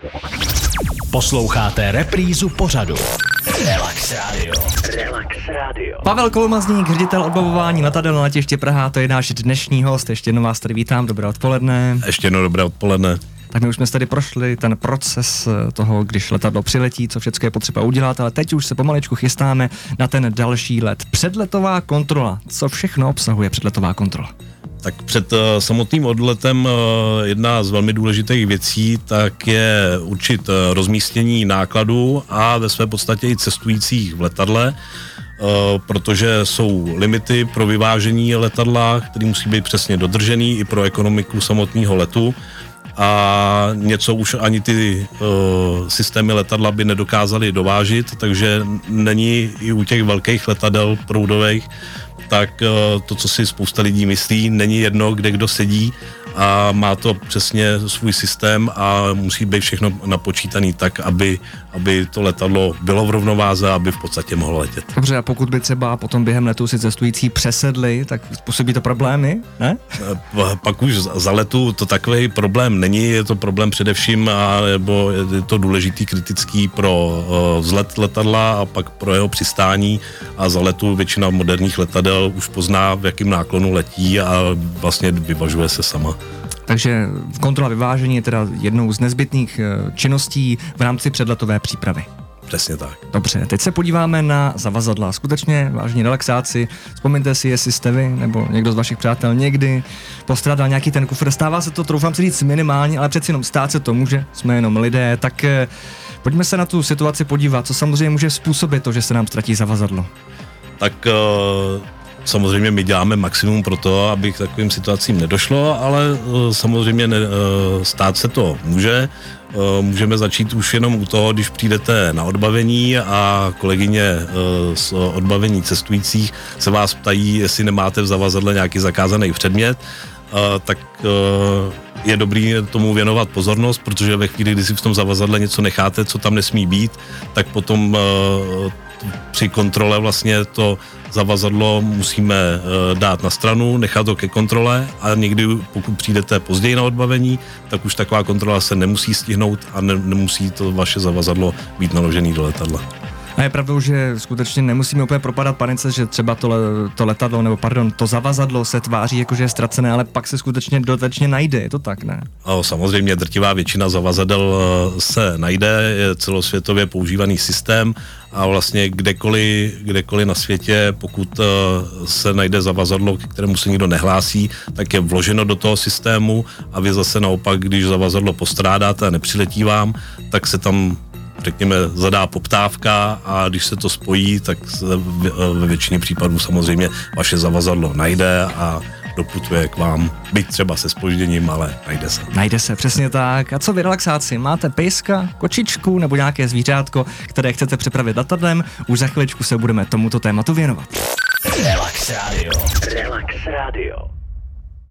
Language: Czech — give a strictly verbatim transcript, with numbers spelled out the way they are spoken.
Posloucháte reprízu pořadu Relax Radio. Relax Radio. Pavel Kolomazník, ředitel odbavování letadel na letiště Praha, to je náš dnešní host. Ještě jednou vás tady vítám, dobré odpoledne. Ještě jednou dobré odpoledne. Tak my už jsme tady prošli ten proces toho, když letadlo přiletí, co všechno je potřeba udělat, ale teď už se pomaličku chystáme na ten další let. Předletová kontrola. Co všechno obsahuje předletová kontrola? Tak před uh, samotným odletem uh, jedna z velmi důležitých věcí tak je určit uh, rozmístění nákladů a ve své podstatě i cestujících v letadle, uh, protože jsou limity pro vyvážení letadla, které musí být přesně dodržený i pro ekonomiku samotného letu. A něco už ani ty uh, systémy letadla by nedokázaly dovážit, takže není i u těch velkých letadel proudových, tak uh, to, co si spousta lidí myslí, není jedno, kde kdo sedí a má to přesně svůj systém a musí být všechno napočítaný tak, aby, aby to letadlo bylo v rovnováze, aby v podstatě mohlo letět. Dobře, a pokud by třeba potom během letu si cestující přesedli, tak způsobí to problémy, ne? Pak už za letu to takový problém není, je to problém především, a, nebo je to důležitý, kritický pro uh, vzlet letadla a pak pro jeho přistání a za letu většina moderních letadel už pozná, v jakém náklonu letí a vlastně vyvažuje se sama. Takže kontrola vyvážení je teda jednou z nezbytných činností v rámci předletové přípravy. Přesně tak. Dobře, teď se podíváme na zavazadla. Skutečně, vážní relaxáci, vzpomeňte si, jestli jste vy nebo někdo z vašich přátel někdy postrádal nějaký ten kufr. Stává se to, troufám si říct, minimálně, ale přeci jenom stát se to může, jsme jenom lidé, tak pojďme se na tu situaci podívat, co samozřejmě může způsobit to, že se nám ztratí zavazadlo. Tak uh... Samozřejmě my děláme maximum pro to, aby k takovým situacím nedošlo, ale uh, samozřejmě ne, uh, stát se to může. Uh, můžeme začít už jenom u toho, když přijdete na odbavení a kolegyně uh, z odbavení cestujících se vás ptají, jestli nemáte v zavazadle nějaký zakázaný předmět, uh, tak uh, je dobrý tomu věnovat pozornost, protože ve chvíli, kdy si v tom zavazadle něco necháte, co tam nesmí být, tak potom uh, při kontrole vlastně to zavazadlo musíme uh, dát na stranu, nechat to ke kontrole a někdy, pokud přijdete později na odbavení, tak už taková kontrola se nemusí stihnout a ne, nemusí to vaše zavazadlo být naložený do letadla. A je pravdou, že skutečně nemusíme úplně propadat panice, že třeba to, le, to letadlo, nebo pardon, to zavazadlo se tváří jako, že je ztracené, ale pak se skutečně dodatečně najde, je to tak, ne? No, samozřejmě drtivá většina zavazadel se najde, je celosvětově používaný systém a vlastně kdekoliv, kdekoliv na světě, pokud se najde zavazadlo, ke kterému se nikdo nehlásí, tak je vloženo do toho systému a vy zase naopak, když zavazadlo postrádáte a nepřiletí vám, tak se tam řekněme, zadá poptávka a když se to spojí, tak ve většině případů samozřejmě vaše zavazadlo najde a doputuje k vám, byť třeba se zpožděním, ale najde se. Najde se, přesně tak. A co vy relaxáci? Máte pejska, kočičku nebo nějaké zvířátko, které chcete přepravit letadlem? Už za chviličku se budeme tomuto tématu věnovat. Relax Radio. Relax Radio.